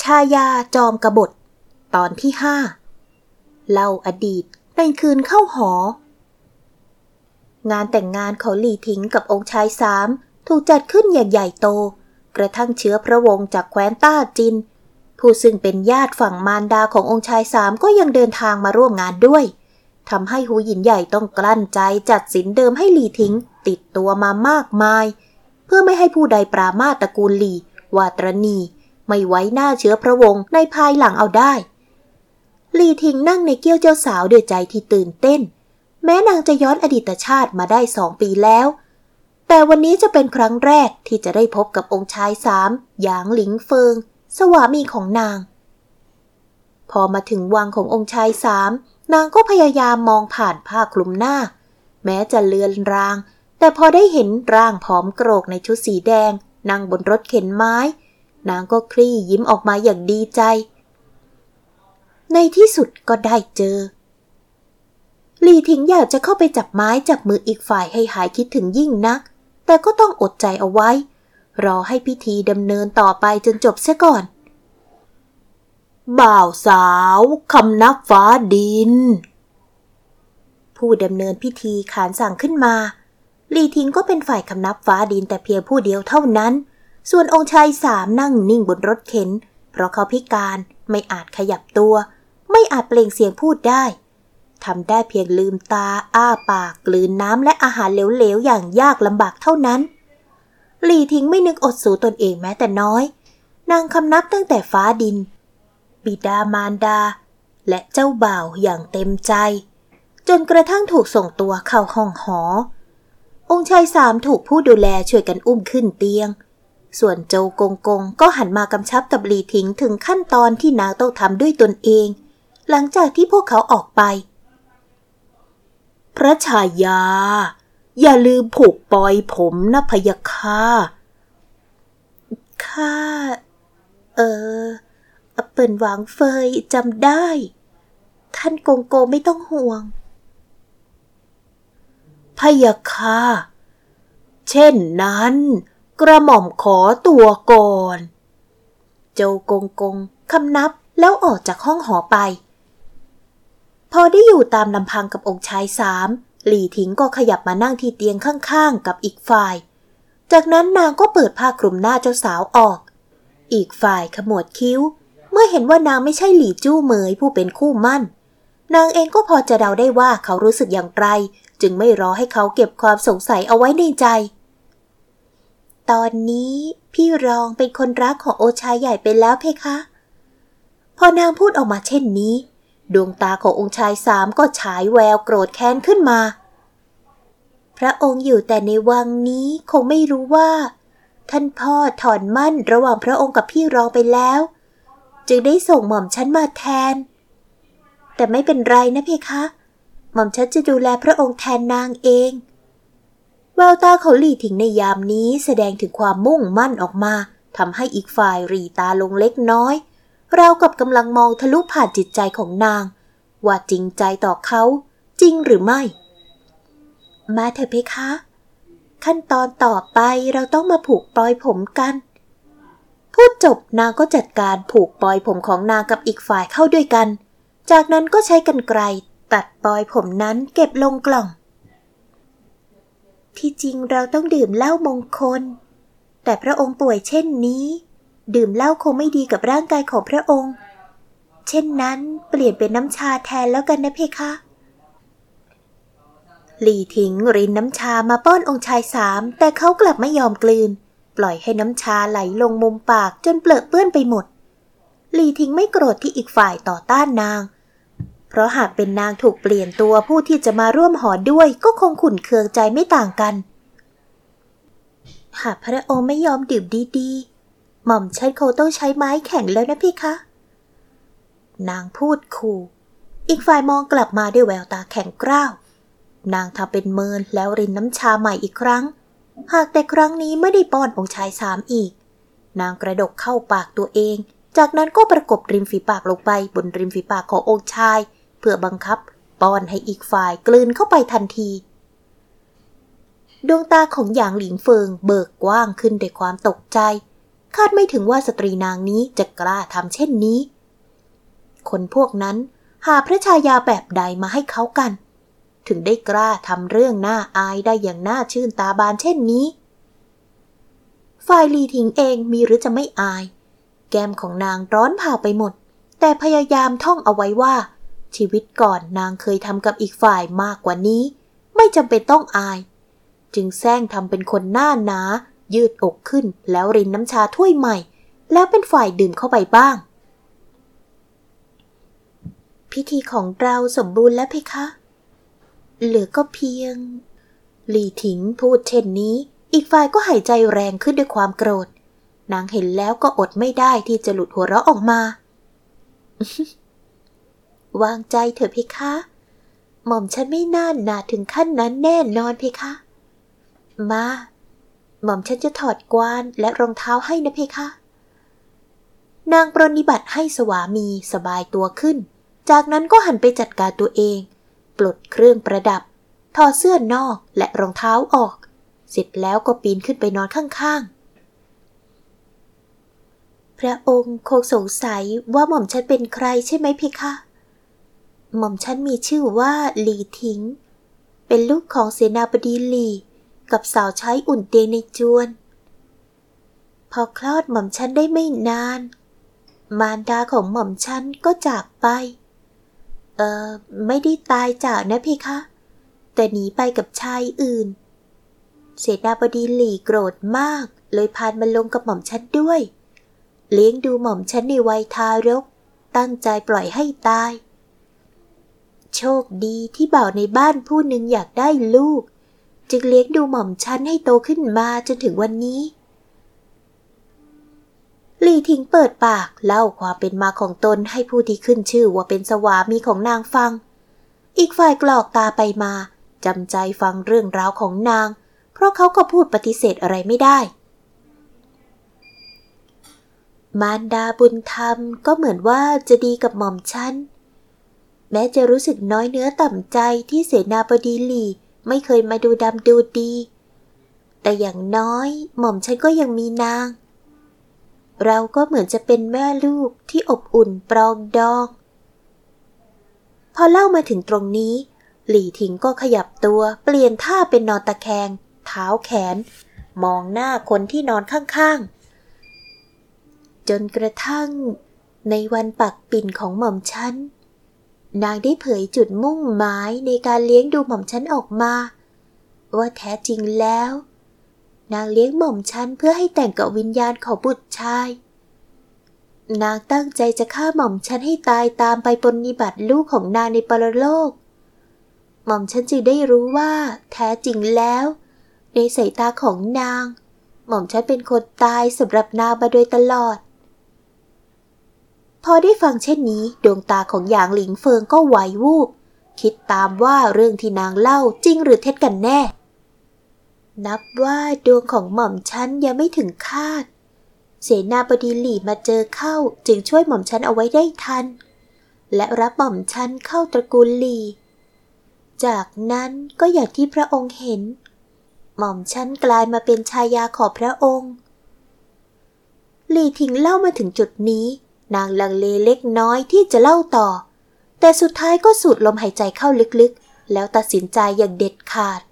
ายาจอมกบฏตอนที่5เล่าอดีตในคืนเข้าหองานแต่งงานของหลี่ถิงกับองค์ชายสามถูกจัดขึ้นอย่างใหญ่โตกระทั่งเชื้อพระวงศ์จากแคว้นต้าจินผู้ซึ่งเป็นญาติฝั่งมารดาขององค์ชายสามก็ยังเดินทางมาร่วมงานด้วยทำให้หูหยินใหญ่ต้องกลั้นใจจัดสินเดิมให้หลี่ถิงติดตัวมามากมายเพื่อไม่ให้ผู้ใดปรามาสตระกูลหลี่ว่าตรณีไม่ไว้หน้าเชื้อพระวงศ์ในภายหลังเอาได้หลี่ถิงนั่งในเกี้ยวเจ้าสาวด้วยใจที่ตื่นเต้นแม้นางจะย้อนอดีตชาติมาได้2 ปีแล้วแต่วันนี้จะเป็นครั้งแรกที่จะได้พบกับองค์ชายสามหยางหลิงเฟิงสวามีของนางพอมาถึงวังขององค์ชายสามนางก็พยายามมองผ่านผ้าคลุมหน้าแม้จะเลือนรางแต่พอได้เห็นร่างผอมโกรกในชุดสีแดงนั่งบนรถเข็นไม้นางก็คลี่ยิ้มออกมาอย่างดีใจในที่สุดก็ได้เจอหลี่ถิงอยากจะเข้าไปจับไม้จับมืออีกฝ่ายให้หายคิดถึงยิ่งนักแต่ก็ต้องอดใจเอาไว้รอให้พิธีดำเนินต่อไปจนจบเสียก่อนบ่าวสาวคำนับฟ้าดินผู้ดำเนินพิธีขานสั่งขึ้นมาหลี่ถิงก็เป็นฝ่ายคำนับฟ้าดินแต่เพียงผู้เดียวเท่านั้นส่วนองค์ชายสามนั่งนิ่งบนรถเข็นเพราะเขาพิการไม่อาจขยับตัวไม่อาจเปล่งเสียงพูดได้ทำได้เพียงลืมตาอ้าปากกลืนน้ำและอาหารเหลวๆอย่างยากลำบากเท่านั้นหลี่ถิงไม่นึกอดสูตนเองแม้แต่น้อยนางคำนับตั้งแต่ฟ้าดินบิดามารดาและเจ้าบ่าวอย่างเต็มใจจนกระทั่งถูกส่งตัวเข้าห้องหอองค์ชายสามถูกผู้ดูแลช่วยกันอุ้มขึ้นเตียงส่วนโจวกงกงก็หันมากำชับกับหลี่ถิงถึงขั้นตอนที่นางต้องทำด้วยตนเองหลังจากที่พวกเขาออกไปพระชายาอย่าลืมผูกปอยผมนะพะยะค่ะข้าเปิ่นหวังเฟยจำได้ท่านกงโกไม่ต้องห่วงพะยะค่ะเช่นนั้นกระหม่อมขอตัวก่อนโจวกงกงคำนับแล้วออกจากห้องหอไปพอได้อยู่ตามลำพังกับองค์ชายสามหลี่ถิงก็ขยับมานั่งที่เตียงข้างๆกับอีกฝ่ายจากนั้นนางก็เปิดผ้าคลุมหน้าเจ้าสาวออกอีกฝ่ายขมวดคิ้วเมื่อเห็นว่านางไม่ใช่หลี่จู้เหมยผู้เป็นคู่มั่นนางเองก็พอจะเดาได้ว่าเขารู้สึกอย่างไรจึงไม่รอให้เขาเก็บความสงสัยเอาไว้ในใจตอนนี้พี่รองเป็นคนรักของโอชายใหญ่ไปแล้วเพคะพอนางพูดออกมาเช่นนี้ดวงตาขององค์ชายสามก็ฉายแววโกรธแค้นขึ้นมาพระองค์อยู่แต่ในวังนี้คงไม่รู้ว่าท่านพ่อถอนมั่นระหว่างพระองค์กับพี่รองไปแล้วจึงได้ส่งหม่อมฉันมาแทนแต่ไม่เป็นไรนะเพคะหม่อมฉันจะดูแลพระองค์แทนนางเองแววตาของหลี่ถิงในยามนี้แสดงถึงความมุ่งมั่นออกมาทำให้อีกฝ่ายหรี่ตาลงเล็กน้อยราวกับกำลังมองทะลุผ่านจิตใจของนางว่าจริงใจต่อเขาจริงหรือไม่มาเถอะเพคะขั้นตอนต่อไปเราต้องมาผูกปลอยผมกันพูดจบนางก็จัดการผูกปลอยผมของนางกับอีกฝ่ายเข้าด้วยกันจากนั้นก็ใช้กรรไกรตัดปลอยผมนั้นเก็บลงกล่องที่จริงเราต้องดื่มเหล้ามงคลแต่พระองค์ป่วยเช่นนี้ดื่มเหล้าคงไม่ดีกับร่างกายของพระองค์เช่นนั้นเปลี่ยนเป็นน้ำชาแทนแล้วกันนะเพคะหลี่ถิงรินน้ำชามาป้อนองค์ชายสามแต่เขากลับไม่ยอมกลืนปล่อยให้น้ำชาไหลลงมุมปากจนเปรอะเปื้อนไปหมดหลี่ถิงไม่โกรธที่อีกฝ่ายต่อต้านนางเพราะหากเป็นนางถูกเปลี่ยนตัวผู้ที่จะมาร่วมหอด้วยก็คงขุ่นเคืองใจไม่ต่างกันหากพระองค์ไม่ยอมดื่มดีๆหม่อมฉันคงต้องใช้ไม้แข็งแล้วนะพี่คะนางพูดขู่อีกฝ่ายมองกลับมาด้วยแววตาแข็งกร้าวนางทำเป็นเมินแล้วรินน้ำชาใหม่อีกครั้งหากแต่ครั้งนี้ไม่ได้ป้อนองค์ชายสามอีกนางกระดกเข้าปากตัวเองจากนั้นก็ประกบริมฝีปากลงไปบนริมฝีปากขององค์ชายเพื่อบังคับป้อนให้อีกฝ่ายกลืนเข้าไปทันทีดวงตาของหยางหลิงเฟิงเบิกกว้างขึ้นด้วยความตกใจคาดไม่ถึงว่าสตรีนางนี้จะกล้าทำเช่นนี้คนพวกนั้นหาพระชายาแบบใดมาให้เขากันถึงได้กล้าทำเรื่องน่าอายได้อย่างน่าชื่นตาบานเช่นนี้ฝ่ายลีทิงเองมีหรือจะไม่อายแก้มของนางร้อนเผาไปหมดแต่พยายามท่องเอาไว้ว่าชีวิตก่อนนางเคยทำกับอีกฝ่ายมากกว่านี้ไม่จำเป็นต้องอายจึงแซงทำเป็นคนหน้าหนายืดอกขึ้นแล้วรินน้ำชาถ้วยใหม่แล้วเป็นฝ่ายดื่มเข้าไปบ้างพิธีของเราสมบูรณ์แล้วเพคะเหลือก็เพียงหลี่ถิงพูดเช่นนี้อีกฝ่ายก็หายใจแรงขึ้นด้วยความโกรธนางเห็นแล้วก็อดไม่ได้ที่จะหลุดหัวเราะออกมา วางใจเถอะเพคะหม่อมฉันไม่น่าหนาถึงขั้นนั้นแน่นอนเพคะมาหม่อมฉันจะถอดกวานและรองเท้าให้นะเพคะนางปรนนิบัติให้สวามีสบายตัวขึ้นจากนั้นก็หันไปจัดการตัวเองปลดเครื่องประดับถอดเสื้อนอกและรองเท้าออกเสร็จแล้วก็ปีนขึ้นไปนอนข้างๆพระองค์คงสงสัยว่าหม่อมฉันเป็นใครใช่ไหมเพคะหม่อมฉันมีชื่อว่าหลี่ถิงเป็นลูกของเสนาบดีหลี่กับสาวใช้อุ่นเตียงในจวนพอคลอดหม่อมฉันได้ไม่นานมารดาของหม่อมฉันก็จากไปไม่ได้ตายจากนะเพคะแต่หนีไปกับชายอื่นเสนาบดีหลี่โกรธมากเลยพามันลงกับหม่อมฉันด้วยเลี้ยงดูหม่อมฉันในวัยทารกตั้งใจปล่อยให้ตายโชคดีที่บ่าวในบ้านผู้หนึ่งอยากได้ลูกจึงเลี้ยงดูหม่อมฉันให้โตขึ้นมาจนถึงวันนี้หลี่ถิงเปิดปากเล่าความเป็นมาของตนให้ผู้ที่ขึ้นชื่อว่าเป็นสวามีของนางฟังอีกฝ่ายกรอกตาไปมาจำใจฟังเรื่องราวของนางเพราะเขาก็พูดปฏิเสธอะไรไม่ได้มารดาบุญธรรมก็เหมือนว่าจะดีกับหม่อมฉันแม้จะรู้สึกน้อยเนื้อต่ำใจที่เสนาบดีหลี่ไม่เคยมาดูดำดูดีแต่อย่างน้อยหม่อมฉันก็ยังมีนางเราก็เหมือนจะเป็นแม่ลูกที่อบอุ่นปรองดองพอเล่ามาถึงตรงนี้หลี่ถิงก็ขยับตัวเปลี่ยนท่าเป็นนอนตะแคงเท้าแขนมองหน้าคนที่นอนข้างๆจนกระทั่งในวันปักปิ่นของหม่อมฉันนางได้เผยจุดมุ่งหมายในการเลี้ยงดูหม่อมฉันออกมาว่าแท้จริงแล้วนางเลี้ยงหม่อมฉันเพื่อให้แต่งกับวิญญาณของบุตรชายนางตั้งใจจะฆ่าหม่อมฉันให้ตายตามไปปรนนิบัติลูกของนางในปรโลกหม่อมฉันจึงได้รู้ว่าแท้จริงแล้วในสายตาของนางหม่อมฉันเป็นคนตายสำหรับนางมาโดยตลอดพอได้ฟังเช่นนี้ดวงตาของหยางหลิงเฟิงก็ไหววูบคิดตามว่าเรื่องที่นางเล่าจริงหรือเท็จกันแน่นับว่าดวงของหม่อมฉันยังไม่ถึงคาดเสนาบดีหลี่มาเจอเข้าจึงช่วยหม่อมฉันเอาไว้ได้ทันและรับหม่อมฉันเข้าตระกูลหลี่จากนั้นก็อย่างที่พระองค์เห็นหม่อมฉันกลายมาเป็นชายาของพระองค์หลี่ถิงเล่ามาถึงจุดนี้นางลังเลเล็กน้อยที่จะเล่าต่อแต่สุดท้ายก็สูดลมหายใจเข้าลึกๆแล้วตัดสินใจอย่างเด็ดขาด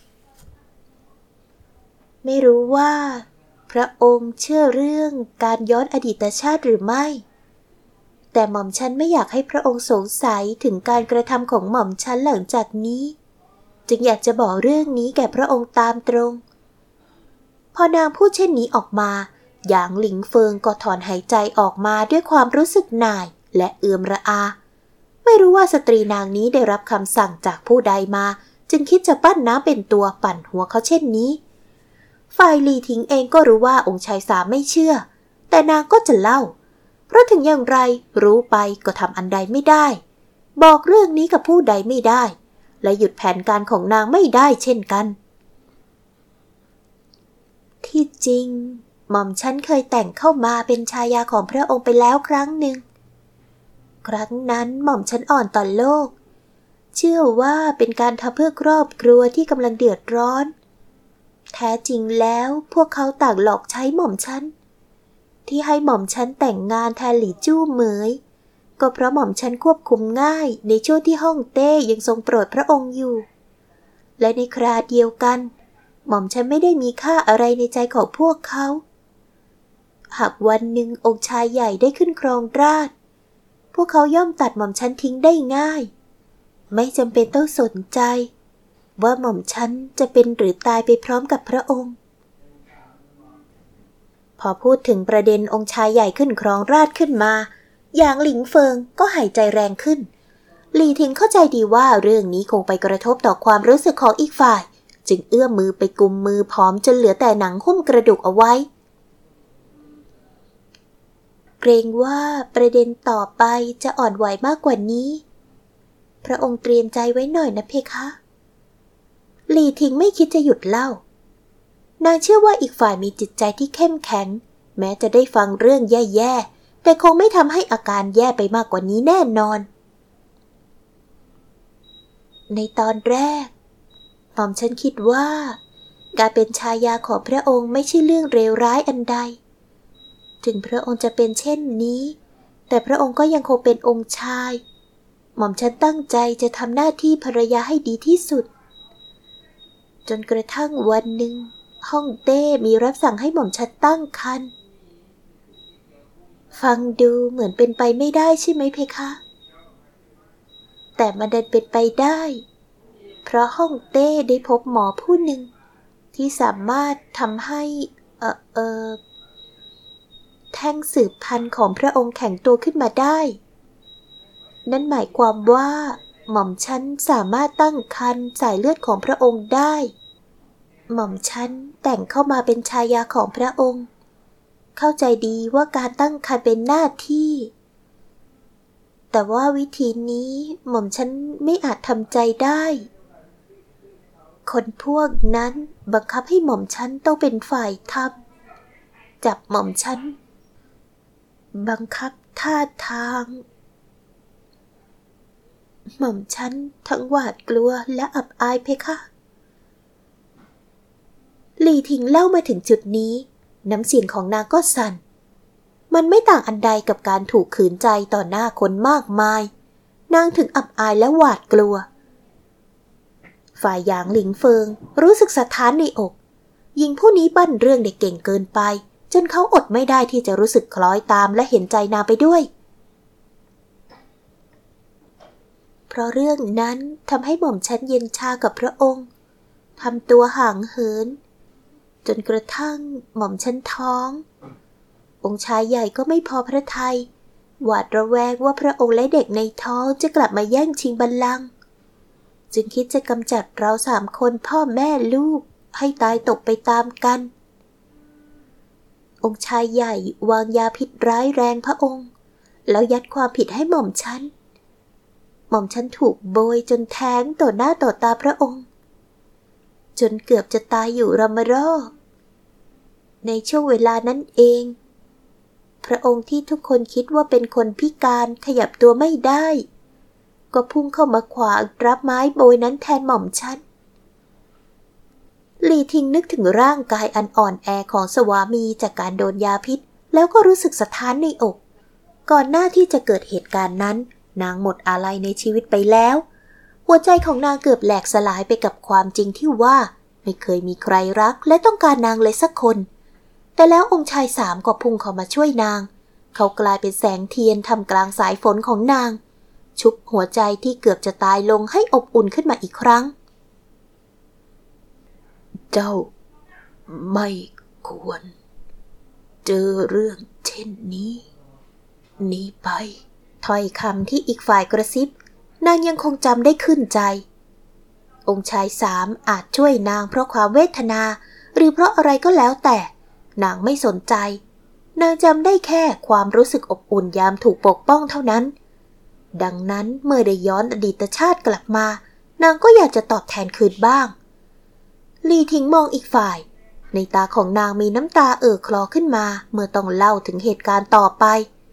ไม่รู้ว่าพระองค์เชื่อเรื่องการย้อนอดีตชาติหรือไม่แต่หม่อมฉันไม่อยากให้พระองค์สงสัยถึงการกระทำของหม่อมฉันหลังจากนี้จึงอยากจะบอกเรื่องนี้แก่พระองค์ตามตรงพอนางพูดเช่นนี้ออกมาหยางหลิงเฟิงก็ถอนหายใจออกมาด้วยความรู้สึกหน่ายและเอือมระอาไม่รู้ว่าสตรีนางนี้ได้รับคำสั่งจากผู้ใดมาจึงคิดจะปั้นน้ำเป็นตัวปั่นหัวเขาเช่นนี้ฝ่ายหลี่ถิงเองก็รู้ว่าองค์ชายสามไม่เชื่อแต่นางก็จะเล่าเพราะถึงอย่างไรรู้ไปก็ทำอันใดไม่ได้บอกเรื่องนี้กับผู้ใดไม่ได้และหยุดแผนการของนางไม่ได้เช่นกันที่จริงหม่อมฉันเคยแต่งเข้ามาเป็นชายาของพระองค์ไปแล้วครั้งหนึ่งครั้งนั้นหม่อมฉันอ่อนต่อโลกเชื่อว่าเป็นการทำเพื่อครอบครัวที่กำลังเดือดร้อนแท้จริงแล้วพวกเขาต่างหลอกใช้หม่อมฉันที่ให้หม่อมฉันแต่งงานแทนหลี่จู้เหมยก็เพราะหม่อมฉันควบคุมง่ายในช่วงที่ฮ่องเต้ยังทรงโปรดพระองค์อยู่และในคราเดียวกันหม่อมฉันไม่ได้มีค่าอะไรในใจของพวกเขาหากวันหนึ่งองค์ชายใหญ่ได้ขึ้นครองราชย์พวกเขาย่อมตัดหม่อมฉันทิ้งได้ง่ายไม่จำเป็นต้องสนใจว่าหม่อมฉันจะเป็นหรือตายไปพร้อมกับพระองค์พอพูดถึงประเด็นองค์ชายใหญ่ขึ้นครองราชย์ขึ้นมาอย่างหลิงเฟิงก็หายใจแรงขึ้นหลี่ทิงเข้าใจดีว่าเรื่องนี้คงไปกระทบต่อความรู้สึกของอีกฝ่ายจึงเอื้อมมือไปกุมมือพร้อมจนเหลือแต่หนังหุ้มกระดูกเอาไว้เกรงว่าประเด็นต่อไปจะอ่อนไหวมากกว่านี้พระองค์เตรียมใจไว้หน่อยนะเพคะหลี่ทิงไม่คิดจะหยุดเล่านางเชื่อว่าอีกฝ่ายมีจิตใจที่เข้มแข็งแม้จะได้ฟังเรื่องแย่ๆแต่คงไม่ทำให้อาการแย่ไปมากกว่านี้แน่นอนในตอนแรกหม่อมฉันคิดว่าการเป็นชายาของพระองค์ไม่ใช่เรื่องเลวร้ายอันใดถึงพระองค์จะเป็นเช่นนี้แต่พระองค์ก็ยังคงเป็นองค์ชายหม่อมฉันตั้งใจจะทำหน้าที่ภรรยาให้ดีที่สุดจนกระทั่งวันหนึ่งฮ่องเต้มีรับสั่งให้หม่อมฉันตั้งครรภ์ฟังดูเหมือนเป็นไปไม่ได้ใช่ไหมเพคะแต่มันดันเป็นไปได้เพราะฮ่องเต้ได้พบหมอผู้หนึ่งที่สามารถทำให้แท่งสืบพันธุ์ของพระองค์แข็งตัวขึ้นมาได้นั่นหมายความว่าหม่อมฉันสามารถตั้งครรภ์สายเลือดของพระองค์ได้หม่อมฉันแต่งเข้ามาเป็นชายาของพระองค์เข้าใจดีว่าการตั้งครรภ์เป็นหน้าที่แต่ว่าวิธีนี้หม่อมฉันไม่อาจทำใจได้คนพวกนั้นบังคับให้หม่อมฉันต้องเป็นฝ่ายทำจับหม่อมฉันบังคับท่าทางหม่อมฉันทั้งหวาดกลัวและอับอายเพคะหลี่ทิงเล่ามาถึงจุดนี้น้ำเสียงของนางก็สั่นมันไม่ต่างอันใดกับการถูกขืนใจต่อหน้าคนมากมายนางถึงอับอายและหวาดกลัวฝ่ายหยางหลิงเฟิงรู้สึกสะท้านในอกหญิงผู้นี้ปั้นเรื่องได้เก่งเกินไปจนเขาอดไม่ได้ที่จะรู้สึกคล้อยตามและเห็นใจนางไปด้วยเพราะเรื่องนั้นทำให้หม่อมฉันเย็นชากับพระองค์ทำตัวห่างเหินจนกระทั่งหม่อมฉันท้ององค์ชายใหญ่ก็ไม่พอพระทัยหวาดระแวงว่าพระองค์และเด็กในท้องจะกลับมาแย่งชิงบัลลังก์จึงคิดจะกำจัดเรา3 คนพ่อแม่ลูกให้ตายตกไปตามกันองค์ชายใหญ่วางยาพิษร้ายแรงพระองค์แล้วยัดความผิดให้หม่อมฉันถูกโบยจนแท้งต่อหน้าต่อตาพระองค์จนเกือบจะตายอยู่รำมรอบในช่วงเวลานั้นเองพระองค์ที่ทุกคนคิดว่าเป็นคนพิการขยับตัวไม่ได้ก็พุ่งเข้ามาขวางรับไม้โบยนั้นแทนหม่อมฉันหลี่ทิงนึกถึงร่างกายอันอ่อนแอของสวามีจากการโดนยาพิษแล้วก็รู้สึกสะท้านในอกก่อนหน้าที่จะเกิดเหตุการณ์นั้นนางหมดอาลัยในชีวิตไปแล้วหัวใจของนางเกือบแหลกสลายไปกับความจริงที่ว่าไม่เคยมีใครรักและต้องการนางเลยสักคนแต่แล้วองค์ชาย3ก็พุ่งเข้ามาช่วยนางเขากลายเป็นแสงเทียนท่ามกลางสายฝนของนางชุบหัวใจที่เกือบจะตายลงให้อบอุ่นขึ้นมาอีกครั้งเจ้าไม่ควรเจอเรื่องเช่นนี้หนีไปถ้อยคำที่อีกฝ่ายกระซิบนางยังคงจำได้ขึ้นใจองค์ชาย3อาจช่วยนางเพราะความเวทนาหรือเพราะอะไรก็แล้วแต่นางไม่สนใจนางจำได้แค่ความรู้สึกอบอุ่นยามถูกปกป้องเท่านั้นดังนั้นเมื่อได้ย้อนอดีตชาติกลับมานางก็อยากจะตอบแทนคืนบ้างหลี่ทิงมองอีกฝ่ายในตาของนางมีน้ำตาคลอขึ้นมาเมื่อต้องเล่าถึงเหตุการณ์ต่อไป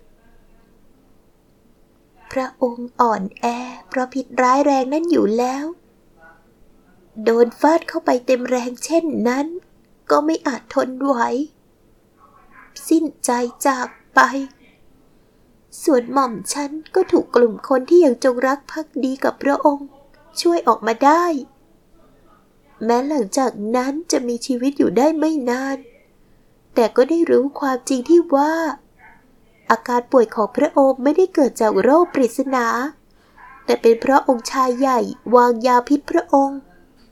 พระองค์อ่อนแอเพราะพิษร้ายแรงนั้นอยู่แล้วโดนฟาดเข้าไปเต็มแรงเช่นนั้นก็ไม่อาจทนไหวสิ้นใจจากไปส่วนหม่อมฉันก็ถูกกลุ่มคนที่ยังจงรักภักดีกับพระองค์ช่วยออกมาได้แม้หลังจากนั้นจะมีชีวิตอยู่ได้ไม่นานแต่ก็ได้รู้ความจริงที่ว่าอาการป่วยของพระองค์ไม่ได้เกิดจากโรคปริศนาแต่เป็นเพราะองค์ชายใหญ่วางยาพิษพระองค์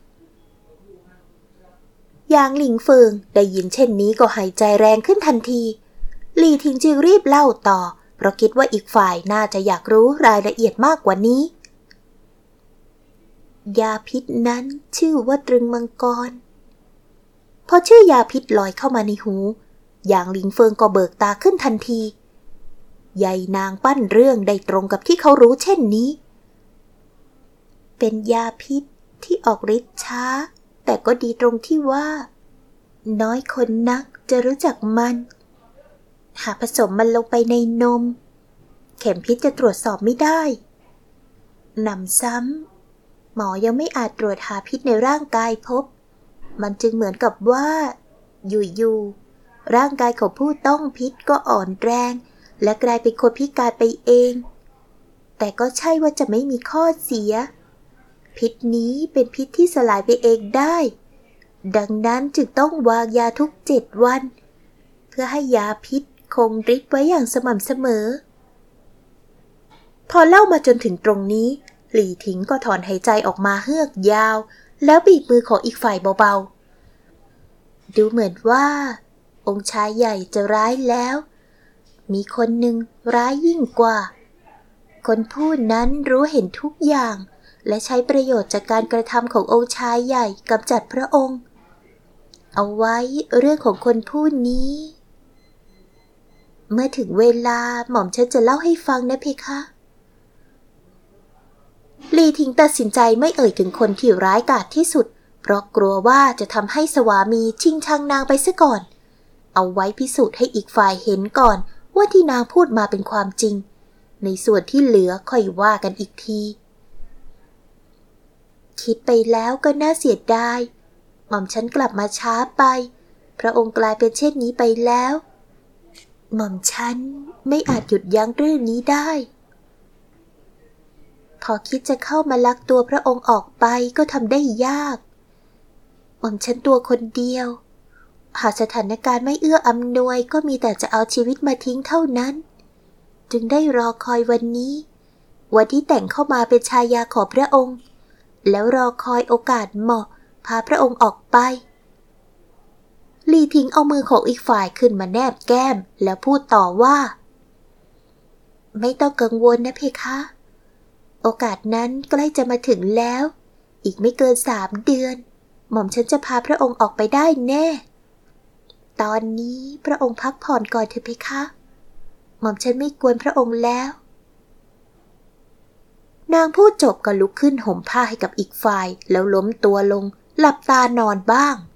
หยางหลิงเฟิงได้ยินเช่นนี้ก็หายใจแรงขึ้นทันทีหลี่ทิงจึงรีบเล่าต่อเพราะคิดว่าอีกฝ่ายน่าจะอยากรู้รายละเอียดมากกว่านี้ยาพิษนั้นชื่อว่าตรึงมังกรพอชื่อยาพิษลอยเข้ามาในหูหยางหลิงเฟิงก็เบิกตาขึ้นทันทียายนางปั้นเรื่องได้ตรงกับที่เขารู้เช่นนี้เป็นยาพิษที่ออกฤทธิ์ช้าแต่ก็ดีตรงที่ว่าน้อยคนนักจะรู้จักมันหากผสมมันลงไปในนมเข็มพิษจะตรวจสอบไม่ได้หนำซ้ำหมอยังไม่อาจตรวจหาพิษในร่างกายพบมันจึงเหมือนกับว่าอยู่ๆร่างกายของผู้ต้องพิษก็อ่อนแรงและกลายเป็นคนพิการไปเองแต่ก็ใช่ว่าจะไม่มีข้อเสียพิษนี้เป็นพิษที่สลายไปเองได้ดังนั้นจึงต้องวางยาทุก7 วันเพื่อให้ยาพิษคงฤทธิ์ไว้อย่างสม่ำเสมอพอเล่ามาจนถึงตรงนี้หลี่ถิงก็ถอนหายใจออกมาเฮือกยาวแล้วบีบมือของอีกฝ่ายเบาๆดูเหมือนว่าองค์ชายใหญ่จะร้ายแล้วมีคนหนึ่งร้ายยิ่งกว่าคนผู้นั้นรู้เห็นทุกอย่างและใช้ประโยชน์จากการกระทำขององค์ชายใหญ่กำจัดพระองค์เอาไว้เรื่องของคนผู้นี้เมื่อถึงเวลาหม่อมฉันจะเล่าให้ฟังนะเพคะหลี่ถิงตัดสินใจไม่เอ่ยถึงคนที่ร้ายกาจที่สุดเพราะกลัวว่าจะทำให้สวามีชิงชังนางไปซะก่อนเอาไว้พิสูจน์ให้อีกฝ่ายเห็นก่อนว่าที่นางพูดมาเป็นความจริงในส่วนที่เหลือค่อยว่ากันอีกทีคิดไปแล้วก็น่าเสียดายหม่อมฉันกลับมาช้าไปพระองค์กลายเป็นเช่นนี้ไปแล้วหม่อมฉันไม่อาจหยุดยั้งเรื่องนี้ได้พอคิดจะเข้ามาลักตัวพระองค์ออกไปก็ทำได้ยากหม่อมฉันตัวคนเดียวหากสถานการณ์ไม่เอื้ออำนวยก็มีแต่จะเอาชีวิตมาทิ้งเท่านั้นจึงได้รอคอยวันนี้วันที่แต่งเข้ามาเป็นชายาของพระองค์แล้วรอคอยโอกาสเหมาะพาพระองค์ออกไปหลี่ถิงเอามือของอีกฝ่ายขึ้นมาแนบแก้มแล้วพูดต่อว่าไม่ต้องกังวลนะเพคะโอกาสนั้นใกล้จะมาถึงแล้วอีกไม่เกิน3 เดือนหม่อมฉันจะพาพระองค์ออกไปได้แน่ตอนนี้พระองค์พักผ่อนก่อนเถอะเพคะหม่อมฉันไม่กวนพระองค์แล้วนางพูดจบก็ลุกขึ้นห่มผ้าให้กับอีกฝ่ายแล้วล้มตัวลงหลับตานอนบ้าง